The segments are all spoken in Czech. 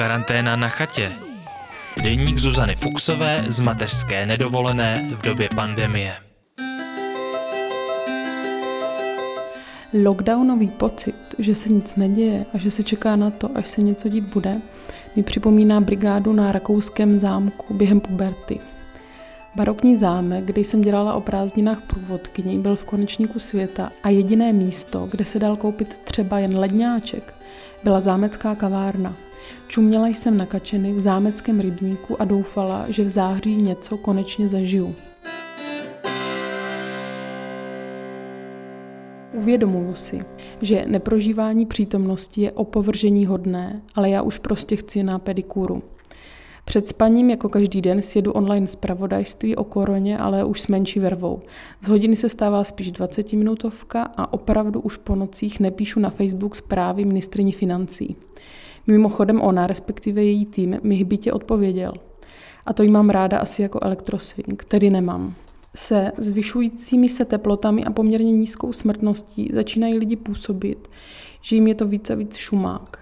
Karanténa na chatě. Deník Zuzany Fuchsové z mateřské nedovolené v době pandemie. Lockdownový pocit, že se nic neděje a že se čeká na to, až se něco dít bude, mi připomíná brigádu na rakouském zámku během puberty. Barokní zámek, kde jsem dělala o prázdninách průvodkyni, byl v konečníku světa a jediné místo, kde se dal koupit třeba jen ledňáček, byla zámecká kavárna. Čuměla jsem na kačeny v zámeckém rybníku a doufala, že v září něco konečně zažiju. Uvědomuju si, že neprožívání přítomnosti je opovržení hodné, ale já už prostě chci na pedikúru. Před spaním jako každý den sjedu online zpravodajství o koroně, ale už s menší vervou. Z hodiny se stává spíš 20minutovka a opravdu už po nocích nepíšu na Facebook zprávy ministryni financí. Mimochodem ona, respektive její tým, mi hbitě odpověděl. A to jí mám ráda asi jako elektroswing, tedy nemám. Se zvyšujícími se teplotami a poměrně nízkou smrtností začínají lidi působit, že jim je to víc a víc šumák.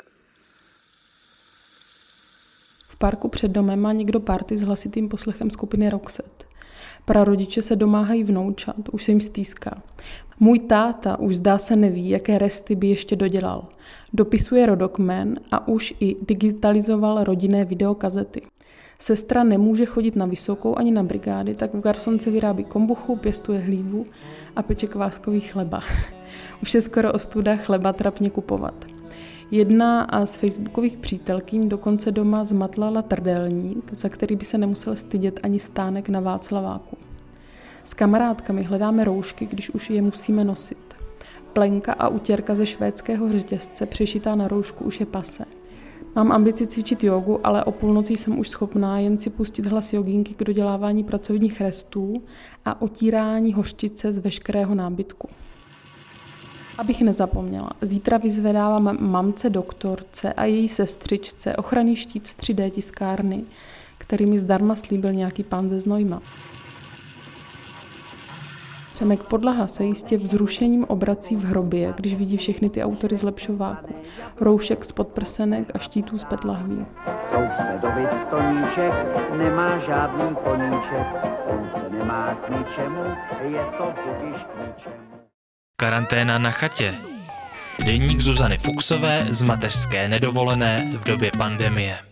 V parku před domem má někdo party s hlasitým poslechem skupiny Roxette. Prarodiče se domáhají vnoučat, už se jim stýská. Můj táta už zdá se neví, jaké resty by ještě dodělal. Dopisuje rodokmen a už i digitalizoval rodinné videokazety. Sestra nemůže chodit na vysokou ani na brigády, tak v garsonce vyrábí kombuchu, pěstuje hlívu a peče kváskový chleba. Už je skoro ostuda chleba trapně kupovat. Jedna z facebookových přítelkyň dokonce doma zmatlala trdelník, za který by se nemusel stydět ani stánek na Václaváku. S kamarádkami hledáme roušky, když už je musíme nosit. Plenka a utěrka ze švédského řetězce přešitá na roušku už je pase. Mám ambici cvičit jogu, ale o půlnoci jsem už schopná jen si pustit hlas jogínky k dodělávání pracovních restů a otírání hořčice z veškerého nábytku. Abych nezapomněla, zítra vyzvedávám mamce doktorce a její sestřičce ochranný štít z 3D tiskárny, který mi zdarma slíbil nějaký pán ze Znojma. Přemek Podlaha se jistě vzrušením obrací v hrobě, když vidí všechny ty autory z lepšováku, roušek z podprsenek a štítů z PET-lahví. Sousedovic Toníček nemá žádný koníček, on se nemá k ničemu, je to budiš k ničemu. Karanténa na chatě. Deník Zuzany Fuchsové z mateřské nedovolené v době pandemie.